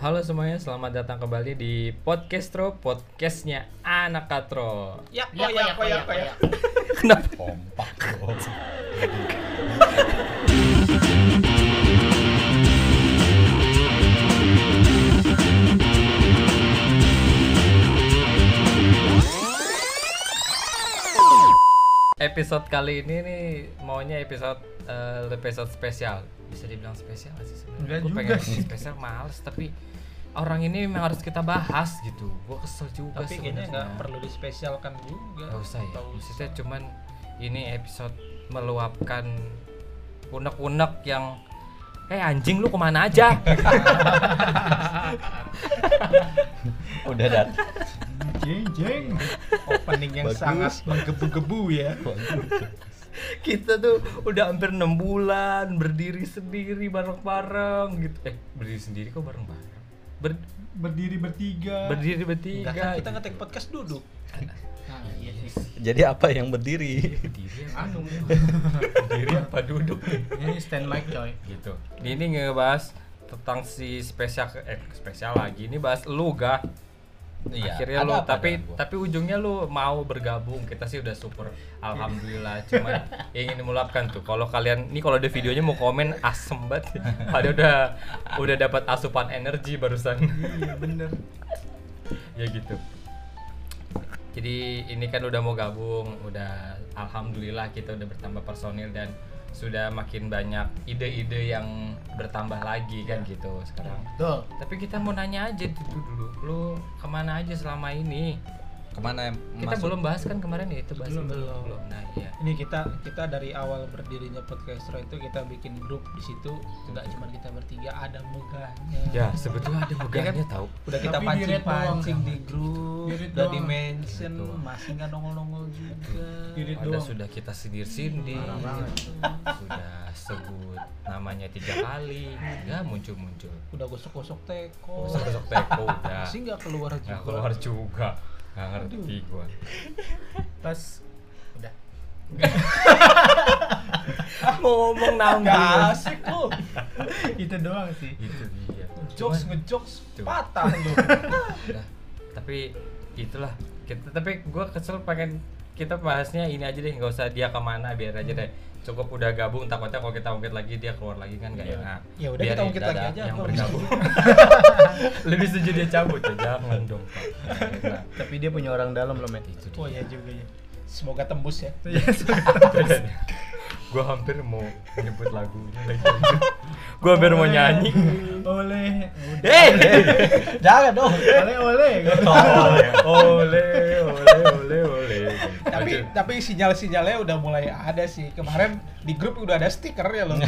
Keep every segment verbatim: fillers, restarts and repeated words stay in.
Halo semuanya, selamat datang kembali di Podcastro, podcastnya Anak Katro. Ya, ya, ya, ya, ya, ya. Kenapa? Kompak dong. Episode kali ini nih maunya episode uh, episode spesial. Bisa dibilang spesial nggak sih sebenarnya? Enggak Gue juga pengen sih. spesial males, tapi orang ini memang harus kita bahas gitu. Gue kesel juga Tapi kayaknya nggak sebenarnya. perlu dispesialkan juga. Gak usah ya, Nggak maksudnya usah. cuman ini episode meluapkan unek-unek yang eh anjing lu kemana aja. Udah dat. Jeng jeng. Opening yang Bagus. sangat menggebu-gebu ya. Kita tuh udah hampir enam bulan berdiri sendiri bareng-bareng gitu. Eh berdiri sendiri kok bareng-bareng? Ber- Berdiri bertiga. berdiri Enggak bertiga. kan kita ngetek podcast duduk. Nah, iya sih. Jadi apa yang berdiri? Berdiri apa? Anu, Berdiri apa duduk nih? ini stand mic coy. Gitu. Ini ngebahas tentang si spesial eh spesial lagi. Ini bahas lu gak? Iya. Akhirnya ada lu apa tapi dengan gua? tapi ujungnya lu mau bergabung. Kita sih udah super alhamdulillah. Cuman ingin meluapkan tuh kalau kalian ini kalau ada videonya mau komen asem banget. Ada udah udah dapat asupan energi barusan. Iya bener. Ya gitu. Jadi ini kan udah mau gabung, udah alhamdulillah kita udah bertambah personil dan sudah makin banyak ide-ide yang bertambah lagi kan gitu sekarang. Tuh. Tapi kita mau nanya aja itu dulu, lu kemana aja selama ini? Kemana yang Kita masuk? belum bahas kan kemarin ya itu bahas Belum, belum. belum. Nah iya. Ini kita kita dari awal berdirinya Podcastro itu kita bikin grup di situ nggak cuma kita bertiga, ada megahnya. Ya sebetulnya ada megahnya tahu. Udah kita Tapi di read pancing-pancing doang. di grup, Di read udah doang. di mention, Di read doang. masih nggak nongol-nongol juga. Di read Ada doang. sudah kita sindir-sindir, Parah banget. sudah sebut namanya tiga kali, nggak muncul-muncul. Udah gosok-gosok teko. Besok-besok teko udah. Masih nggak keluar juga. Nggak keluar juga, nggak ngerti gua. Pas udah. Mau ngomong nambah. Nggak asik lu. Itu doang sih. Itu dia. Jokes Cuman, ngejokes Tuh. patah lu. udah. Tapi itulah kita. Tapi gua kesel pengen kita bahasnya ini aja deh, nggak usah dia kemana, biar aja deh. Cukup udah gabung, takutnya kalau kita ungkit lagi dia keluar lagi kan nggak enak. Ya udah Biar kita ungkit ada lagi aja. yang gua bergabung. Lebih setuju dia cabut ya, jangan dong Pak. Nggak enak. Tapi dia punya orang dalam loh, men. Itu Oh dia. ya juga ya. Semoga tembus ya. Gue hampir mau nyebut lagunya lagi. Gue hampir mau nyanyi. Oleh. Hei, Jangan dong. Oleh oleh. ole, ole, ole, ole, ole. Tapi Aduh. tapi sinyal-sinyalnya udah mulai ada sih. Kemarin di grup udah ada stikernya loh.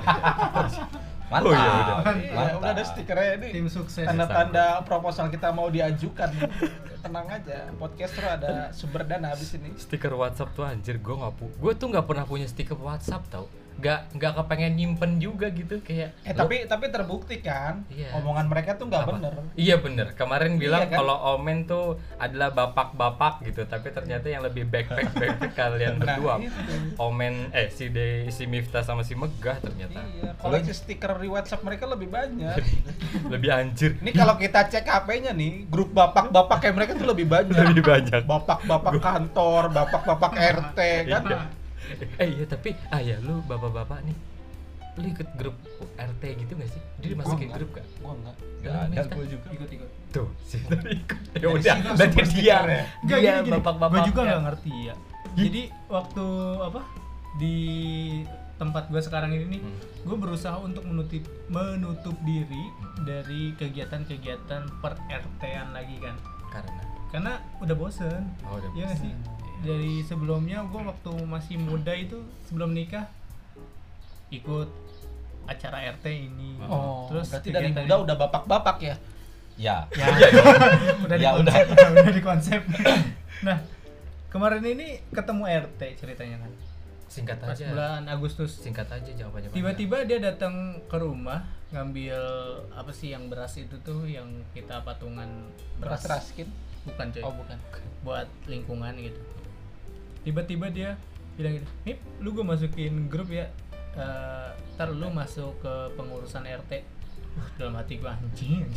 Mantap. Oh, iya, udah. Iya, Mantap. udah ada stikernya ini. Tim sukses. Tanda-tanda proposal kita mau diajukan. Tenang aja, podcaster ada sumber dana habis ini. Stiker WhatsApp tuh anjir, gue nggak pu, gue tuh nggak pernah punya stiker WhatsApp tau, nggak nggak kepengen nyimpen juga gitu kayak. Eh lo- tapi tapi terbukti kan, Iya. omongan mereka tuh nggak apa? bener. Iya bener. Kemarin bilang Iya kan? kalau Omen tuh adalah bapak-bapak gitu, tapi ternyata yang lebih backpack backpack kalian Nah, berdua. itu. Omen eh si De, si Miftah sama si Megah ternyata Iya, koleksi stiker di WhatsApp mereka lebih banyak. lebih anjir. Ini kalau kita cek H P-nya nih, grup bapak-bapak kayak mereka tuh lebih banyak. Lebih banyak. Bapak-bapak kantor, bapak-bapak R T kan. Iya. Eh iya tapi ah ya lu bapak-bapak nih, lu ikut grup R T gitu gak sih? Dia dimasukin Gua grup gak? Gua enggak. Gak Lu, ada Miftah? gue juga. Ikut-ikut. Tuh si tadi ikut. Ya Dari udah, situ berarti super dia stiker ya? Enggak, dia gini, gini. bapak-bapak. Gue juga nggak ngerti ya. Jadi waktu apa di tempat gue sekarang ini nih, Hmm. gue berusaha untuk menutup menutup diri dari kegiatan-kegiatan per R T-an lagi kan. Karena Karena udah bosen. oh udah Iya nggak sih? Dari sebelumnya gue waktu masih muda itu sebelum nikah ikut acara R T ini. Oh, terus berarti dari kegiatan- muda udah bapak-bapak ya? Ya. Ya, udah di Ya, udah. konsep, udah di konsep. Nah, kemarin ini ketemu R T ceritanya kan. singkat Pas aja. bulan Agustus. Singkat aja jawabannya. Tiba-tiba dia datang ke rumah ngambil apa sih yang beras itu tuh yang kita patungan beras. Beras raskin? Bukan coy. Oh, bukan. Buat lingkungan gitu. Tiba-tiba dia bilang gitu, "Mip, lu gue masukin grup ya. Eh, ntar lu masuk ke pengurusan R T." Uh, dalam hati gue anjing anjing.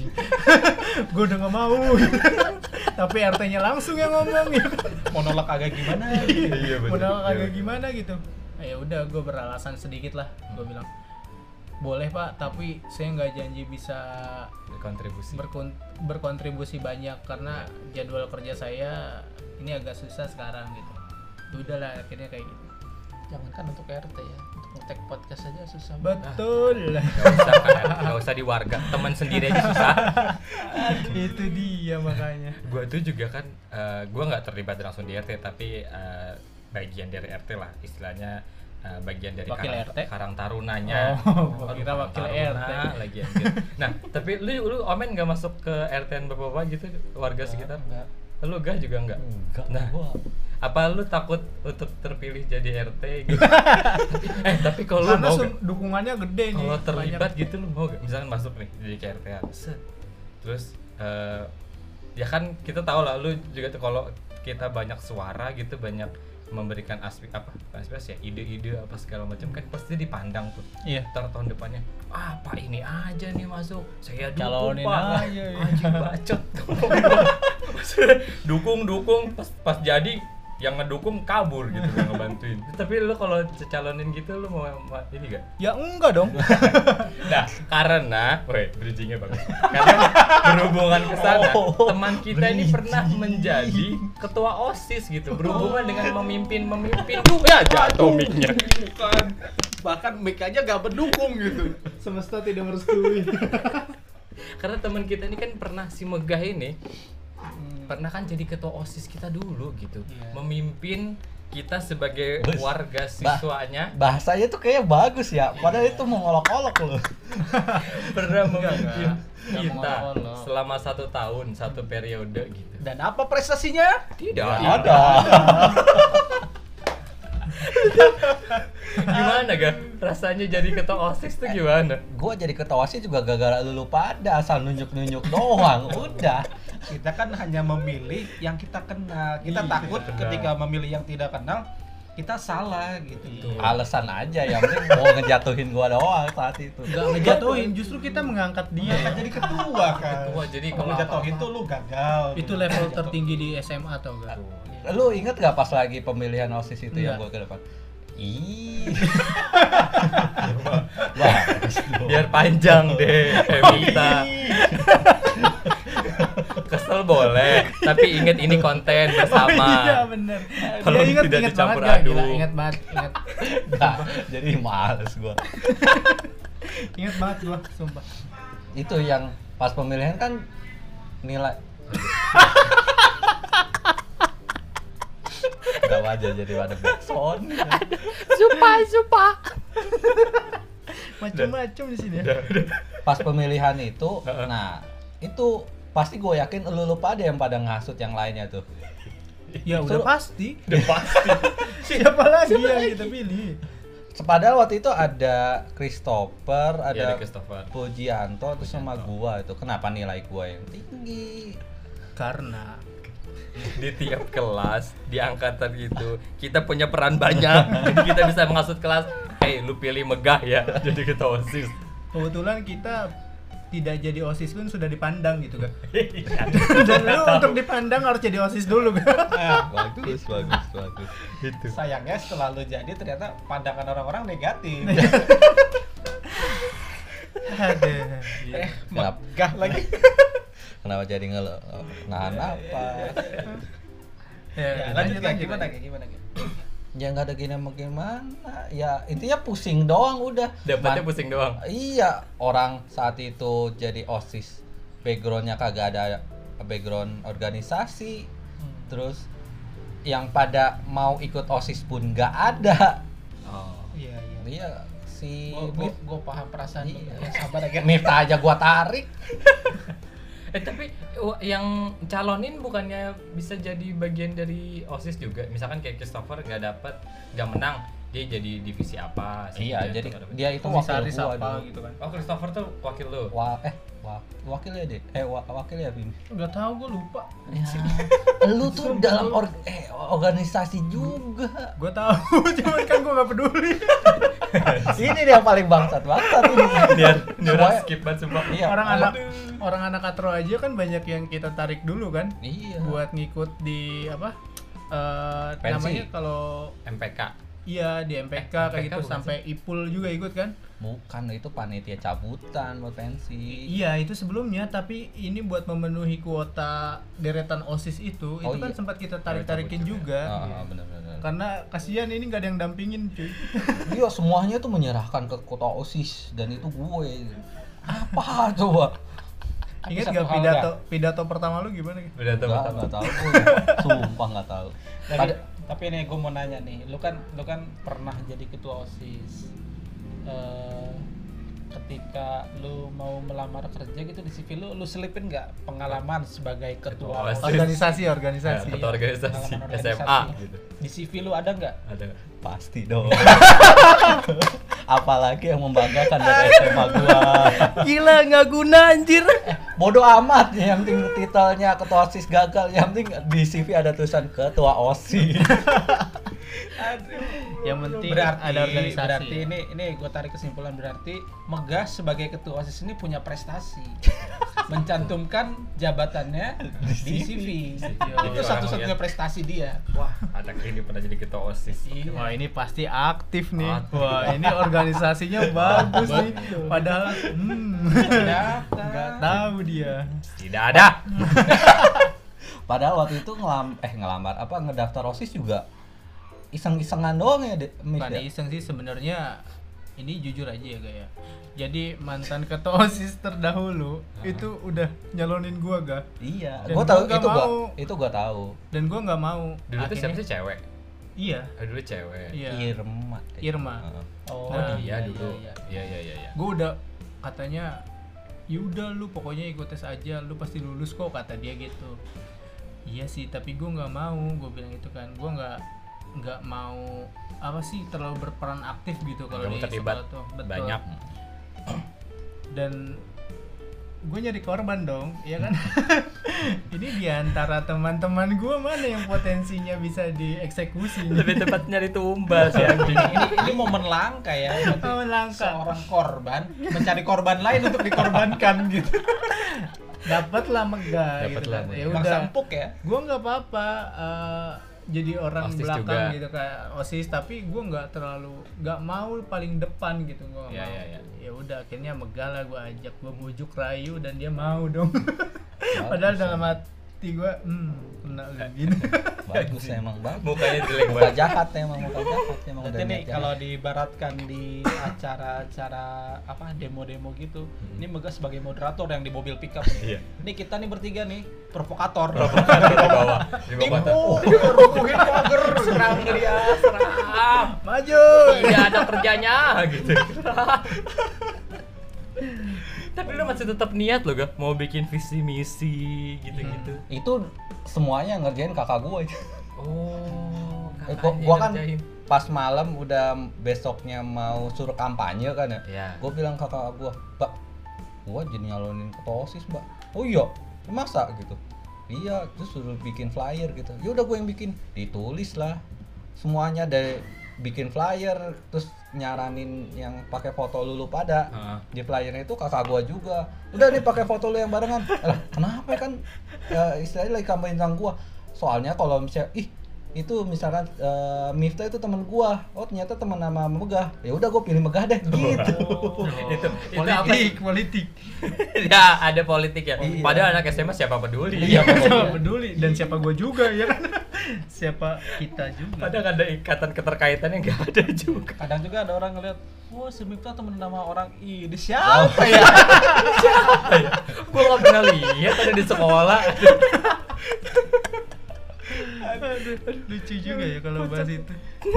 gue udah nggak mau tapi R T-nya langsung yang ngomong gitu. Mau nolak agak gimana? Iya Mau nolak Iya. agak gimana gitu. Nah, ya udah gue beralasan sedikit lah. Gue bilang boleh pak, tapi saya nggak janji bisa Berkontribusi. berkon- berkontribusi banyak karena jadwal kerja saya ini agak susah sekarang gitu. Udahlah akhirnya kayak gitu. Jangankan untuk R T ya, untuk nge-tag podcast aja susah. Betul. Gak usah kan, gak usah di warga, teman sendiri aja susah. Itu dia makanya. Gue tuh juga kan, uh, gue nggak terlibat langsung di R T, tapi uh, bagian dari R T lah, istilahnya uh, bagian dari Wakil karang, R T? karang tarunanya. Oh, gua Aduh, kira Karang wakil Taruna R T. lagi anjir. Nah, tapi lu lu Omen nggak masuk ke R T-an bapak-bapak gitu, warga sekitar? Enggak. Lu gak juga enggak? Enggak, Nah, gua. apa lu takut untuk terpilih jadi R T gitu? eh, tapi kalau lu Karena mau sun- gak? dukungannya gede nih. Kalau terlibat banyak. gitu lu mau gak? Misalkan masuk nih jadi K R T-an. Set. Terus eh, ya kan kita tahu lah lu juga tuh kalau kita banyak suara gitu, banyak memberikan aspek apa? Bukan aspek ya, ide-ide apa segala macam kan pasti dipandang tuh. Iya. Ntar tahun depannya, ah Pak ini aja nih masuk, saya dukung Calonin Pak. aja, ya. Anjing bacot. dukung dukung pas pas jadi yang ngedukung kabur gitu gak ngebantuin. Tapi lu kalau calonin gitu lu mau ma- ini gak? Ya enggak dong. Nah, karena, woi, bridgingnya bagus. Karena berhubungan ke sana, Oh, teman kita ini pernah menjadi ketua OSIS gitu, berhubungan dengan memimpin-memimpin. Ya, jatuh mic-nya. Bukan. Bahkan mic aja gak mendukung gitu. Semesta tidak merestui. Karena teman kita ini kan pernah si Megah ini pernah kan jadi ketua OSIS kita dulu gitu. Iya. Memimpin kita sebagai Bus. warga Bah- siswanya Bahasanya tuh kayak bagus ya, padahal itu mengolok-olok loh. pernah memimpin enggak. kita Enggak mau-olok. selama satu tahun, satu periode gitu. Dan apa prestasinya? Tidak Nggak ada. Gimana ga? Rasanya jadi ketua OSIS tuh gimana? Gua jadi ketua OSIS juga gara-gara lu pada asal nunjuk-nunjuk doang. Udah. Kita kan hanya memilih yang kita kenal. Kita Iya, takut kenal. ketika memilih yang tidak kenal, kita salah gitu. Alasan aja yang penting mau ngejatuhin gua doang saat itu. Enggak ngejatuhin, justru kita mengangkat dia. Kan jadi ketua kan. Ketua, jadi kalau kalau jatuhin apa-apa- tuh lu gagal. Itu level tertinggi di S M A tau gak? Lu inget gak pas lagi pemilihan OSIS itu yang Enggak. gua ke depan? Ih. Bagus dong. biar panjang deh, eh, minta. Kesel boleh, tapi inget ini konten bersama. Oh iya bener. Kalau Dia inget, tidak inget dicampur banget gak? Gila, aduk. inget banget, inget. Nah, jadi males gua. Inget banget gua, sumpah. Itu yang pas pemilihan kan nilai Gak wajar jadi ada backsound. Supa, supa. Macem-macem di sini ya. Pas pemilihan itu, nah itu pasti gue yakin lu lupa ada yang pada ngasut yang lainnya tuh. Ya udah Itu- pasti. Udah pasti. Siapa lagi yang kita pilih? Padahal waktu itu ada Christopher, Iya, ada ada Christopher. Pujianto, terus sama Pujianto. gua itu. Kenapa nilai gua yang tinggi? Karena Di tiap kelas di angkatan itu kita punya peran banyak. Jadi kita bisa mengasut kelas. Hey, lu pilih Megah ya jadi ketua OSIS. kebetulan kita tidak jadi OSIS pun sudah dipandang gitu kan. Iya. Dan lu untuk dipandang harus jadi OSIS dulu kan. Bagus, bagus, bagus. Itu. Sayangnya setelah lu jadi ternyata pandangan orang-orang negatif. Aduh. eh, Kenapa? megah lagi. Kenapa jadi ngel nahan apa? Ya, Ya, lanjut ya, gimana kayak gimana Gak? Ya nggak ada gini mau gimana. Ya intinya pusing doang udah. Dapatnya Man- pusing doang. Iya, orang saat itu jadi OSIS, backgroundnya kagak ada background organisasi, terus yang pada mau ikut OSIS pun nggak ada. Oh. Iya, iya. Iya si Gue Mif- gue paham perasaan lu. Iya. Ya, sabar aja. Miftah aja gua tarik. Eh tapi wa- yang calonin bukannya bisa jadi bagian dari OSIS juga? Misalkan kayak Christopher nggak dapet, nggak menang, dia jadi divisi apa? si Iya, Pujianto jadi nggak dapet. dia itu wakil Komisaris gua apa dulu. gitu kan. Oh, Christopher tuh wakil lu. Wah, eh, wah, wakil ya deh. Eh, wa- wakil ya Bim. Enggak tahu gua lupa. Ya, lu tuh dalam or- eh, organisasi juga. Gua tahu, cuman kan gua enggak peduli. Ini dia yang paling bangsat bangsat ini. Biar dia orang Semuanya- skip banget sumpah. Iya. orang anak Aduh. orang anak katro aja kan banyak yang kita tarik dulu kan Iya. buat ngikut di apa eh Pensi. namanya kalau M P K. iya di M P K Eh, kayak M P K gitu bukan sampai Ipul juga ikut kan. Bukan, itu panitia cabutan buat pensi. Iya itu sebelumnya, tapi ini buat memenuhi kuota deretan OSIS itu, Oh, itu kan iya. sempat kita tarik-tarikin cabut juga. Ah, benar-benar. Karena kasihan ini nggak ada yang dampingin cuy. Iya, semuanya tuh menyerahkan ke kota OSIS dan itu gue. Apa coba? Ingat satu gak hal pidato pidato pertama lu gimana? Udah tahu Enggak, pertama. enggak tahu gue. Sumpah enggak tahu. Tapi, Pada- tapi nih gue mau nanya nih, lu kan lu kan pernah jadi ketua OSIS. Eh, ketika lu mau melamar kerja gitu di C V lu, lu selipin nggak pengalaman sebagai ketua Ketua OSIS. Organisasi Ya, organisasi. ketua organisasi Pengalaman S M A organisasi. gitu. Di C V lu ada nggak? Ada. Pasti dong. Apalagi yang membanggakan dari S M A gua. Gila nggak guna anjir. Bodoh amat, yang penting titelnya ketua OSIS gagal, yang penting di C V ada tulisan ketua OSIS. Yang penting Berarti ada organisasi. berarti ini ini gue tarik kesimpulan, berarti Megah sebagai ketua OSIS ini punya prestasi. Mencantumkan jabatannya di C V. Jadi Itu orang satu-satunya lihat, prestasi dia. wah, anak ini pernah jadi ketua OSIS. Iya. Wah ini pasti aktif nih. Aktif. Wah ini organisasinya bagus nih. Padahal hmm, nggak tahu dia. Tidak ada. Padahal waktu itu ngelam eh ngelamar apa ngedaftar OSIS juga iseng-isengan doang ya, De- Miss, Bukan ya? iseng sih sebenarnya, ini jujur aja ya gak ya. Jadi mantan ketua OSIS terdahulu itu udah nyalonin gua ga, Iya, Dan gua gua tahu nggak itu gua mau. itu gua tahu. dan gua nggak mau. Dulu tuh Akhirnya- siapa sih cewek? Iya, Oh, dulu cewek. iya. Irma. kayaknya. Irma. Heeh. Oh, Oh, Nah, dia iya, dulu. iya, Iya, iya, iya, iya. Gua udah katanya, yaudah lu pokoknya ikut tes aja, lu pasti lulus kok, kata dia gitu. Iya sih, tapi gua nggak mau, gua bilang gitu kan, gua nggak nggak mau apa sih terlalu berperan aktif gitu kalau Kamu di terlibat sekolah tuh. Betul. banyak. Dan gue nyari korban dong, ya kan? Ini diantara teman-teman gue mana yang potensinya bisa dieksekusi nih? Lebih tepat nyari tumbal sih anjing. ini ini momen langka ya. Berarti Oh, langka. Seorang korban mencari korban lain untuk dikorbankan gitu. Dapatlah megah gitu Dapatlah kan. megah. Ya Bangsa udah, empuk ya. gue nggak apa-apa eh, jadi orang OSIS belakang juga. gitu kayak OSIS, tapi gue nggak terlalu nggak mau paling depan gitu, gue nggak Iya, mau. iya, iya. Ya udah akhirnya megah lah, gue ajak, gue bujuk rayu dan dia mau dong. Padahal dalam hati gue, hmm, kena gini. Bagus emang bagus. Mukanya jelek Muka banget. jahat emang, muka jahat emang Berarti udah nih niat jahat. kalau diibaratkan di acara-acara apa demo-demo gitu, ini Megah sebagai moderator yang di mobil pickup nih. Iya. Ini kita nih bertiga nih provokator. Provokator di bawah. Di bawah. Tipu, rubuhin pagar, serang dia, serang. Maju. Tidak ada kerjanya gitu. Tapi lu masih tetap niat lo gak mau bikin visi misi gitu-gitu. Itu semuanya ngerjain kakak gue. Oh, Eh, kakaknya gua, gua kan ngerjain. pas malam udah besoknya mau suruh kampanye kan ya. Iya. Gue bilang ke kakak gue, Mbak, gue jadi nyalonin ketua OSIS, Mbak. Oh iya, masa gitu? Iya, terus suruh bikin flyer gitu. Ya udah gue yang bikin, ditulis lah semuanya, dari bikin flyer, terus nyaranin yang pakai foto lulu pada. Heeh. Di flyernya itu kakak gua juga. Udah nih pakai foto lu yang barengan. Lah, kenapa kan ya, istilahnya lagi kambahin sama gua. Soalnya kalau misalnya ih itu misalkan eh, Miftah itu teman gua, oh ternyata teman nama Megah, ya udah gua pilih Megah deh gitu. itu itu apa Politik, sih? politik. Ya, ada politik ya. Iya. Padahal anak S M A siapa peduli. Iya, Siapa peduli, dan siapa gue juga ya kan? Siapa kita juga. Padahal ada ikatan keterkaitannya nggak ada juga. Kadang juga ada orang ngeliat, oh si Miftah temen nama orang ini siapa ya? Gua nggak pernah lihat ada di sekolah. Aduh, lucu juga ya kalau bahas itu.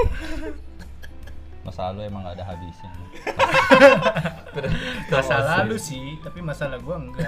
Masa lalu emang gak ada habisnya. Masa lalu sih, tapi masalah gua enggak.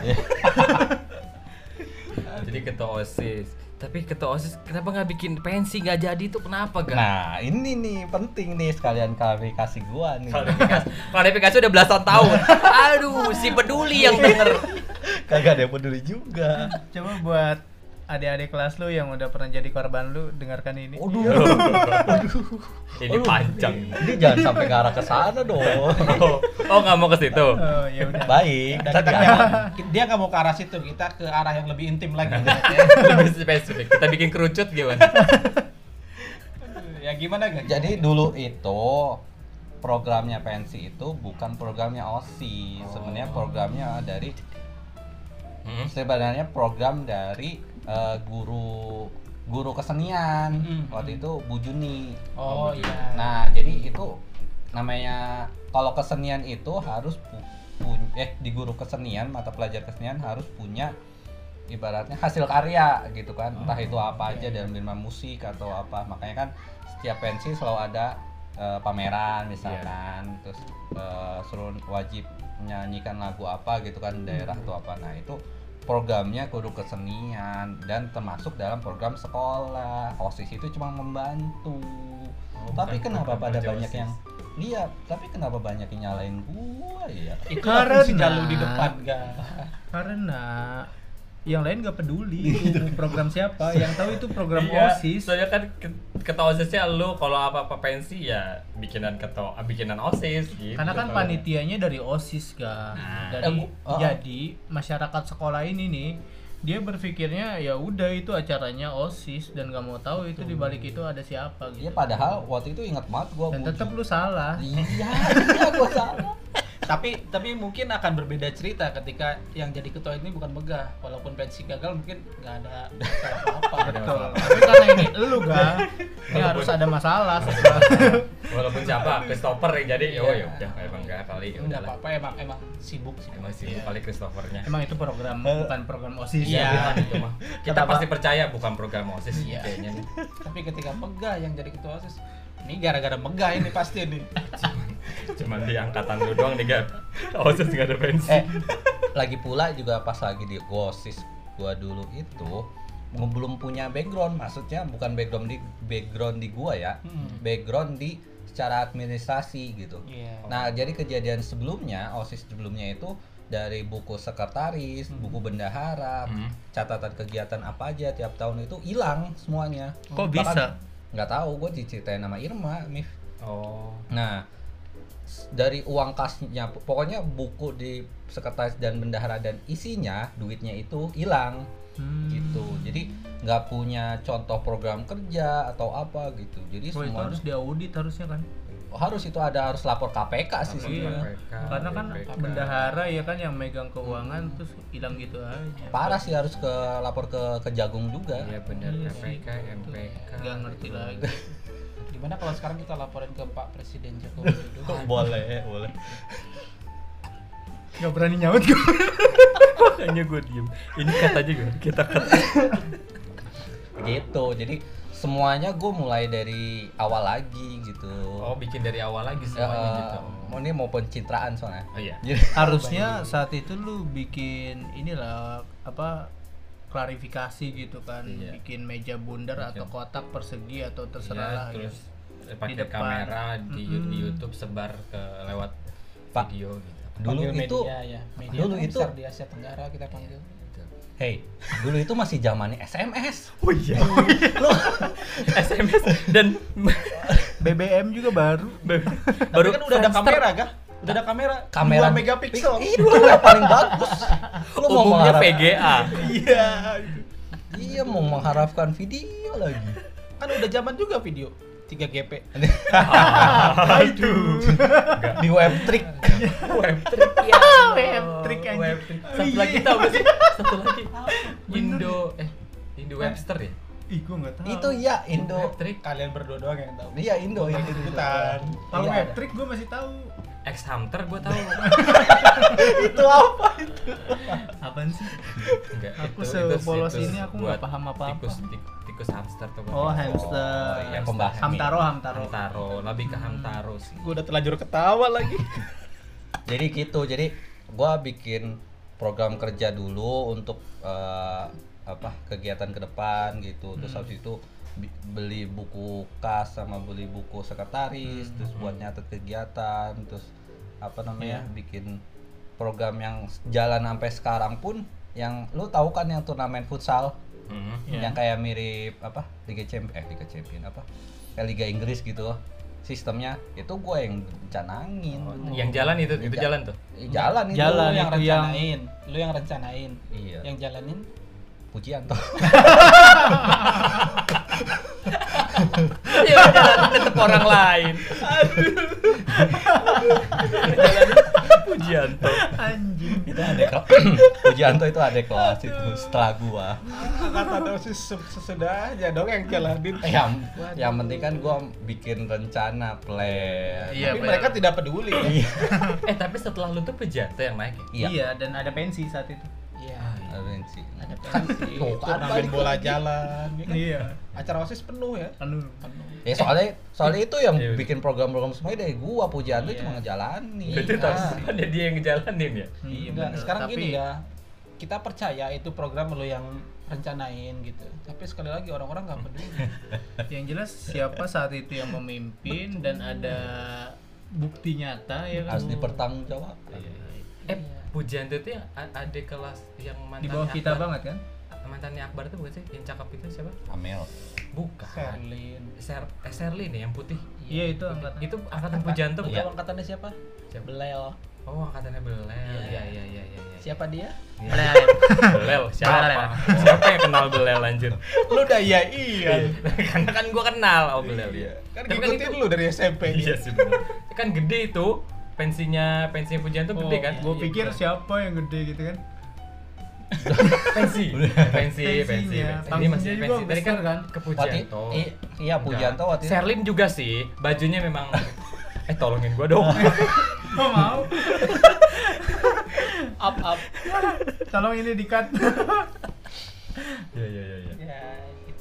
Jadi ketua OSIS. Tapi ketua OSIS kenapa nggak bikin pensi, nggak jadi tuh kenapa gak? Nah, ini nih penting nih sekalian klarifikasi gua nih. Klarifikasi, klarifikasi udah belasan tahun. Aduh, si peduli yang denger. Kagak ada yang peduli juga. Coba buat adik-adik kelas lu yang udah pernah jadi korban lu dengarkan ini. Waduh. Ini panjang. Ini jangan sampai ngarah ke sana dong. Oh, oh nggak mau ke situ. Oh, ya udah. Baik. Dan kita nggak- dia nggak mau ke arah situ, kita ke arah yang lebih intim lagi. Lebih spesifik. Kita bikin kerucut gimana? Ya gimana gak? Jadi dulu itu programnya pensi itu bukan programnya OSIS. Sebenarnya programnya dari Hmm? sebenarnya program dari eh, guru guru kesenian. Mm-mm. Waktu itu Bu Juni. Oh iya. Nah, jadi itu namanya kalau kesenian itu harus pu- pu- eh di guru kesenian, mata pelajar kesenian harus punya ibaratnya hasil karya gitu kan. Entah itu apa aja dalam lima musik atau apa. Makanya kan setiap pensi selalu ada eh, pameran misalkan, terus eh, suruh wajib menyanyikan lagu apa gitu kan daerah atau apa. Nah, itu programnya guru kesenian dan termasuk dalam program sekolah. OSIS itu cuma membantu. Oh, Tapi bukan kenapa program pada kerja banyak OSIS. yang lihat, tapi kenapa banyak yang nyalain gua ya? Itu Karena- fungsi lu di depan gak? Karena yang lain gak peduli itu program siapa, yang tahu itu program Iya, OSIS. soalnya kan ke- ketua OSISnya lu, kalau apa-apa pensi ya bikinan ketua, bikinan OSIS gitu. Karena kan Kalau- panitianya dari OSIS kan. Nah. Dari Eh, gua- oh. jadi masyarakat sekolah ini nih dia berpikirnya ya udah itu acaranya OSIS dan gak mau tahu itu di balik itu ada siapa Iya, gitu. padahal waktu itu ingat banget gua Dan Bu tetap Juni. lu salah. Iya, iya gua salah. tapi tapi mungkin akan berbeda cerita ketika yang jadi ketua ini bukan megah, walaupun pensi gagal mungkin nggak ada masalah apa-apa. Ada Betul. masalah. Tapi karena ini lu kan, ini harus ada masalah. walaupun siapa Christopher yang jadi, oh ya Iya. udah emang enggak kali, ya Nggak udahlah. apa-apa, emang emang sibuk sih. Emang sih kali Christophernya. Emang itu program bukan program OSIS. Iya. ya. Bukan itu mah. Kita Kenapa? pasti percaya bukan program OSIS Iya. kayaknya nih. Tapi ketika megah yang jadi ketua OSIS, ini gara-gara megah ini pasti nih. Cuman di angkatan lu doang nih gak OSIS nggak ada pensi. Eh, lagi pula juga pas lagi di OSIS gua dulu itu gua belum punya background, maksudnya bukan background di background di gua ya, Hmm. background di secara administrasi gitu. Iya. Nah, jadi kejadian sebelumnya, OSIS sebelumnya itu dari buku sekretaris, buku bendahara, Hmm. catatan kegiatan apa aja tiap tahun itu hilang semuanya. Kok Bahkan bisa? Nggak tahu, gue diceritain sama Irma, Mif. Oh. Nah, s- dari uang kasnya, pokoknya buku di sekretaris dan bendahara dan isinya, duitnya itu hilang. Hmm. Gitu. Jadi nggak punya contoh program kerja atau apa gitu. Jadi Oh, itu semua harus diaudit harusnya kan. harus itu ada harus lapor K P K sih Lapor sebenarnya. K P K, Karena kan B P K. bendahara ya kan yang megang keuangan terus hilang gitu aja. Parah sih, harus ke lapor ke Kejagung juga. Iya benar, Iya K P K, M P K. Gak ngerti lagi. Gimana kalau sekarang kita laporin ke Pak Presiden Joko Widodo? boleh, boleh. Gak berani nyaut gue. Makanya gue diem. Ini kata aja gue. Kita kata. Gitu. Jadi semuanya gue mulai dari awal lagi gitu. Oh, bikin dari awal lagi Ya, semuanya eh, gitu. mau ini mau pencitraan soalnya. Oh iya. Jadi, Harusnya saat itu lu bikin inilah apa klarifikasi gitu kan, Iya. bikin meja bundar Bikin. atau kotak persegi atau terserah Iya, lah terus gitu. eh, pakai Di depan. kamera di, Mm-mm. di YouTube sebar ke lewat Pak. video gitu. dulu Panggil itu media ya, media dulu itu- besar di Asia Tenggara kita panggil. hey, dulu itu masih zamannya S M S. Oh iya. Lo S M S dan B B M juga baru. Baru kan udah ada kamera kah? Udah ada kamera, Kamera dua megapiksel. Itu yang paling bagus. Lu mau umumnya mengharap V G A. Iya. Iya, mau mengharapkan video lagi. Kan udah zaman juga video tiga G P. Aduh. Di web trick. Web trick ya. Web trick anjing. Web trick. Satu lagi tahu gak sih? Satu lagi. Indo eh Indo Webster ya? Ih, gua enggak tahu. Itu ya Indo. Web trick. Kalian berdua doang yang tahu. Iya, Indo yang itu. Ikutan. Kalau Iya, web ada. trick gua masih tahu. X Hunter gue tahu. Itu apa? Apaan sih? Enggak, Aku itu- sepolos itu ini aku nggak buat paham apa-apa. Tikus tik- tikus hamster tuh. Oh, hamster. Oh, iya, pembahasan. Hamtaro, Hamtaro. Hamtaro, lebih ke Hamtaro sih. Gue udah terlanjur ketawa lagi. Jadi gitu. Jadi gua bikin program kerja dulu untuk eh, apa kegiatan ke depan gitu. Terus habis itu bi- beli buku kas sama beli buku sekretaris, terus buat nyatet kegiatan, terus apa namanya bikin program yang jalan sampai sekarang pun, yang lu tahu kan yang turnamen futsal Mhm. Ya. yang kayak mirip apa Liga Champion eh Liga Champion apa kayak Liga Inggris gitu sistemnya itu gue yang canangin dulu. Yang jalan itu itu Ja- jalan tuh. Eh, jalan itu Jalan yang itu yang rencanain rencanain, lu yang rencanain, iya yang jalanin. Pujianto. Ya jalan tetap orang lain. Pujianto. Anjing. Itu adek kelas. Pujianto itu adek kelas itu setelah gua. Kata dosis sesudah aja dong yang jalanin. Yang yang penting kan gua bikin rencana plan. Iya, Tapi Pak. mereka tidak peduli. Iya. Eh tapi setelah lu tuh Pujianto yang naik ya? Iya. Iya, dan ada pensi saat itu. Iya. Ada sih. Ada pensi, Tuh, kan turnamen balik bola lagi. jalan, ya kan? Iya. Acara OSIS penuh ya. Anu. Penuh. Ya soalnya soalnya itu yang Iya. bikin program-program semuanya dari gua. Pujianto Iya. cuma ngejalanin. Berarti Iya. tahun depan ya dia yang ngejalanin ya? Iya, Enggak, bener. sekarang Tapi- gini ya. Kita percaya itu program lo yang rencanain gitu. Tapi sekali lagi orang-orang nggak peduli. Yang jelas siapa saat itu yang memimpin dan ada bukti nyata ya kan. Harus dipertanggungjawab. Eh Pujianto itu yang a- adik kelas yang mantannya Di bawah kita Akbar. banget kan? Mantannya Akbar itu bukan sih? Yang cakep itu siapa? Amel. Bukan. Sherlyn. Ser eh, Sherlyn ya yang putih. Iya, itu angkatan. Itu angkatan Pujianto Itu bukan? angkatannya siapa? Siapa? Belel. Oh, angkatannya Belel. Iya iya iya iya iya. Siapa dia? Belel. Belel siapa? Siapa yang kenal Belel anjir? Lu udah iya iya. Karena kan gua kenal oh Belel ya. Kan Tapi ngikutin itu- lu dari S M P. Iya sih bener. Kan gede itu pensinya pensinya Pujianto gede kan? Gue Oh, pikir siapa yang gede gitu kan? pensi. pensi, pensi, pensi. Pensinya. Ini masih Pensinya pensi. juga Tadi kan besar kan? ke Waktu Pujianto. i- iya Pujianto Enggak. waktu itu. Sherlyn juga sih, bajunya memang eh tolongin gua dong. Kok mau? Up up. Tolong ini di-cut. Iya iya iya iya. Ya, gitu.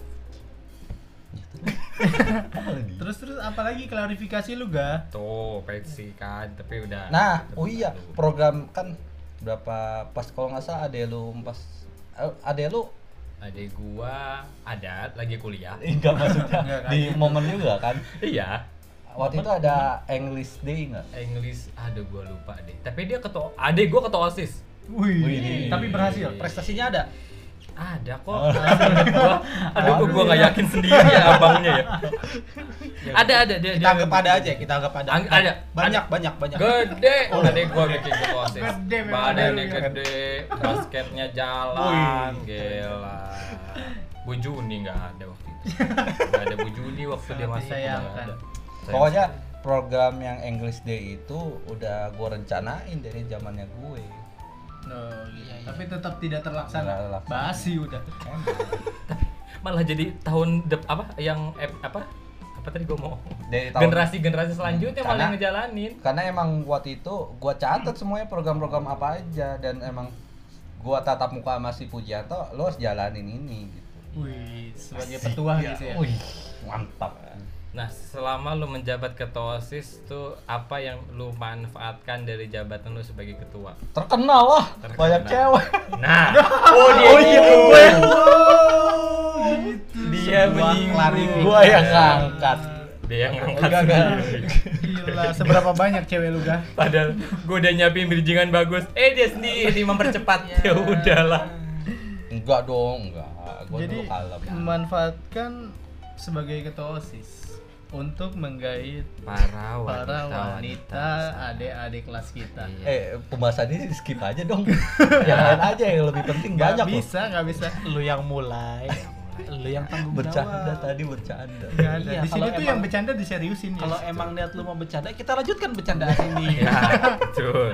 Terus terus apalagi klarifikasi lu ga? Tuh, pensi kan, tapi udah. Nah, oh iya, program kan berapa pas kalau nggak salah ade lu pas eh, ade lu Adik gua ada lagi kuliah. enggak maksudnya Enggak, di momen juga kan. Iya. Waktu itu ada English Day nggak? English, aduh gua lupa deh. Tapi dia ketua, adik gua ketua OSIS. Wih. Wih. Tapi berhasil. Prestasinya ada. Ada kok. Gua, aduh gua, gua nggak yakin sendiri ya abangnya ya. Ada ada dia. Kita dia- anggap ada aja, kita anggap ada. Ang- ada. Banyak banyak banyak. Gede, adik gua bikin ketua OSIS. Gede memang Badannya adiknya. gede, basketnya jalan, gila. Bu Juni nggak ada waktu itu. Nggak ada Bu Juni waktu dia Sangat masih disayangkan. Pokoknya program yang English Day itu udah gua rencanain dari zamannya gue. Oh, gitu. Iya, iya. Tapi tetap tidak terlaksana. Tidak terlaksana. Basi udah. malah jadi tahun dep apa yang eh, apa apa tadi gua mau Dari tahun generasi-generasi selanjutnya malah Karena- yang ngejalanin. karena emang waktu itu gua catat semuanya program-program apa aja dan emang gua tatap muka sama si Pujianto, lo harus jalanin ini gitu. Wih, sebagai petua gitu ya. Wih, mantap. Nah, selama lu menjabat ketua OSIS tuh apa yang lu manfaatkan dari jabatan lu sebagai ketua? Terkenal lah, Terkenal. banyak cewek. Nah, oh dia Oh iya, gitu. gue yang Dia menyinggung. gua yang ngangkat. Dia yang ngangkat Enggak, enggak. sendiri. Gila, seberapa banyak cewek lu ga? Padahal gue udah nyiapin bridgingan bagus. Eh dia sendiri mempercepat. Ya udahlah. Enggak dong, enggak. Gua Jadi dulu kalem. memanfaatkan sebagai ketua OSIS untuk menggait Para wanita, para wanita adik-adik kelas kita. Iya. Eh, pembahasan ini di skip aja dong. Yang lain aja yang lebih penting Nggak banyak loh. bisa, nggak bisa. Lu yang mulai. Lu yang tanggung Bercanda jawab. tadi bercanda. Nggak ada. Iya, Di sini kalau tuh emang- yang bercanda diseriusin. Kalau ya. emang niat lu mau bercanda, kita lanjutkan bercandaan ini. Ya, betul.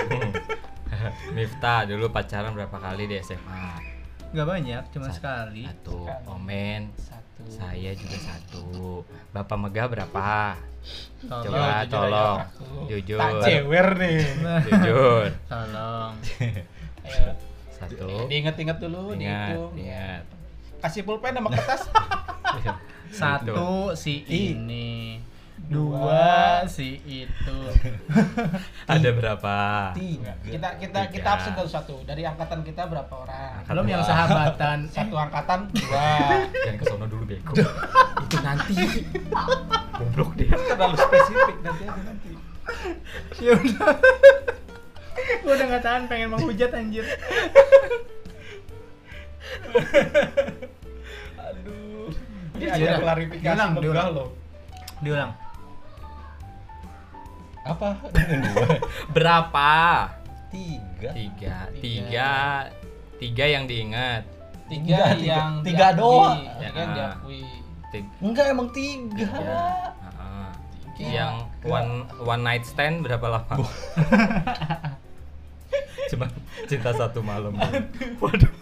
Miftah dulu pacaran berapa kali di S M A? nggak banyak, cuma Sat- sekali. Satu. Sekali. Omen. Satu. Saya juga satu. Bapak Megah berapa? Tolong, Coba jujur tolong. aja. Jujur. Tak cewer nih. Jujur. Tolong. Ayo. Satu. Diinget-inget dulu, Ingat, dihitung. ingat. Kasih pulpen sama kertas. Satu si I. ini, dua si itu. Ada berapa? Tiga. kita kita kita Tiga. absen satu-satu. Dari angkatan kita berapa orang? Angkatan Belum yang dua. sahabatan. Satu angkatan dua. Jangan ke sono dulu bego. Itu nanti. Goblok dia. Terlalu spesifik nanti aja nanti. Ya udah. Gua udah nggak tahan pengen menghujat anjir. ada Diulang. klarifikasi Diulang, megah diulang. loh. Diulang. Apa? Dua. Berapa? Tiga. Tiga. Tiga. Tiga yang diingat. Tiga Enggak, tiga- yang tiga diakui, doang. ya Ya. kan diakui. Tiga. Enggak emang tiga. Heeh. Tiga. Yang one one night stand berapa lama? Cuma cinta satu malam. Waduh.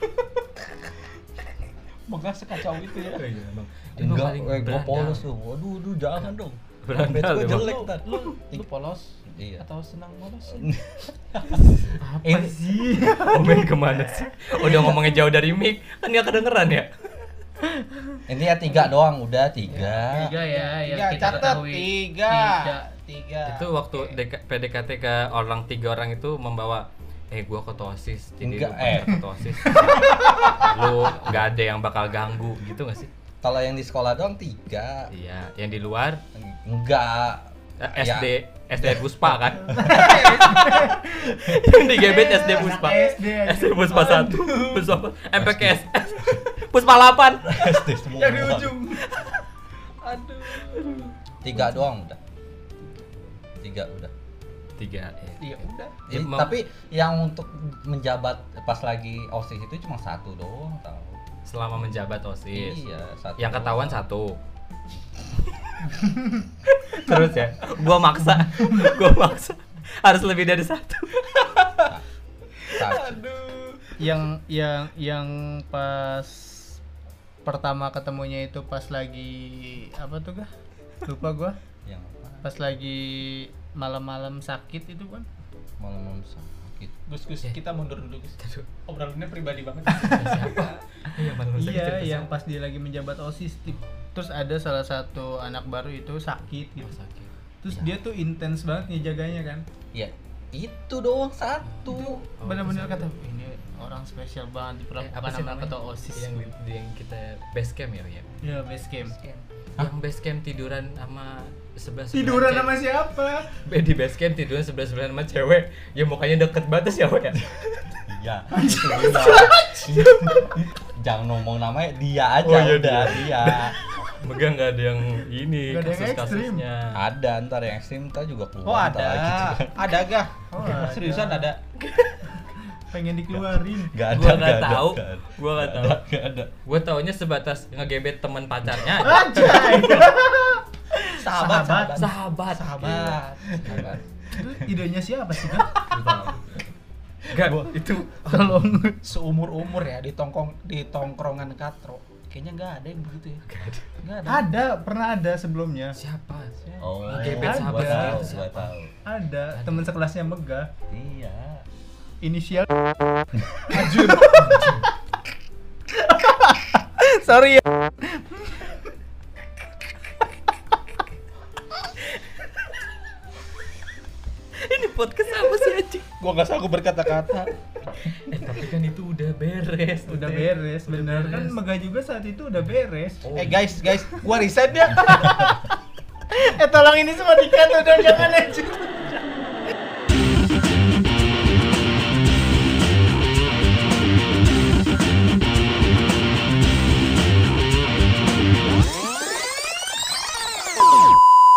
Megah sekacau itu ya. Iya, emang. Dia Enggak, paling eh, gua berandal. polos tuh. Waduh, duh, jangan dong. Berandal Bed gua emang. jelek tar. Lu, lu polos Iya. atau senang polos? Ini sih? Komen kemana sih? Udah ngomongnya jauh dari mic, kan nggak kedengeran ya? ini ya tiga doang, udah tiga. Tiga ya yang Tiga, kita catat ketahui. tiga. Tiga. Tiga. Itu waktu Oke. D K P D K T ke orang tiga orang itu membawa eh gua ketua OSIS, jadi Enggak, lu eh. pacar ketua OSIS. Lu nggak ada yang bakal ganggu gitu nggak sih? Kalau yang di sekolah doang tiga. Iya, yang di luar Enggak. eh, Ya. S D S D Puspa kan? Yang di gebet S D Puspa. S D aja. S D Puspa satu, Puspa M P K S, Puspa delapan. S D semua. Yang di ujung. Aduh. Tiga doang udah. Tiga udah. Tiga. Ya. Ya udah. Ya, Eh, mau- tapi yang untuk menjabat pas lagi OSIS itu cuma satu doang tau. Selama menjabat OSIS. Iya, satu. Yang ketahuan doang. satu. Terus ya, gua maksa, gua maksa harus lebih dari satu. Satu. Yang yang yang pas pertama ketemunya itu pas lagi apa tuh gah? Lupa gua. Yang apa? Pas lagi malam-malam sakit itu kan. Malam-malam sakit. Gus Gus Eh. kita mundur dulu Gus. Obrolannya pribadi banget. Siapa? Iya, malam sakit Iya, cerita yang siapa? pas dia lagi menjabat OSIS tip- terus ada salah satu anak baru itu sakit gitu. Oh, sakit. Terus Iya. dia tuh intens banget ngejaganya kan. Ya, itu doang satu. Oh, Benar-benar itu kata sakit. ini orang spesial banget Eh, diperlakukan apa sih sama namanya? ketua OSIS. Yang, yang kita base camp ya, ya. Ya base camp. Yang base camp tiduran sama sebelah Tiduran sama siapa? di base camp tiduran sebelah sebelah sama cewek yang mukanya deket banget siapa ya? Iya, itu dia. Jangan ngomong namanya, dia aja Oh, iya, udah dia. dia. Megang nggak ada yang ini Nggak ada yang kasus-kasusnya. Ada ntar yang ekstrim ntar juga keluar. Oh ntar ada. lagi juga. Ada gah? Oh, ada. Seriusan ada. Pengen dikeluarin. Gak ada. Gua nggak ada, tahu. nggak ada. Gua nggak Nggak tahu. ada, nggak ada. Gue taunya sebatas ngegebet teman pacarnya. Anjay. Sahabat, Sahabat. Sahabat. Sahabat. Sahabat. Itu idenya siapa sih kan? Enggak, itu Tolong. Seumur-umur ya di tongkong di tongkrongan katro. Kayaknya nggak ada yang begitu ya. Nggak ada. Ada, pernah ada sebelumnya. siapa? Oh, Ngegebet Ada. sahabat gua sendiri tahu, itu gua siapa? tahu. Ada, teman sekelasnya Megah. Iya. Inisial Sorry ya. Ini podcast apa sih anjing? Gua nggak sanggup berkata-kata. Eh, tapi kan itu udah beres. Udah Teh. beres, Udah bener kan beres. Megah juga saat itu udah beres. Oh, Eh guys, guys, gua resign ya. Eh tolong ini semua dikat udah jangan aja.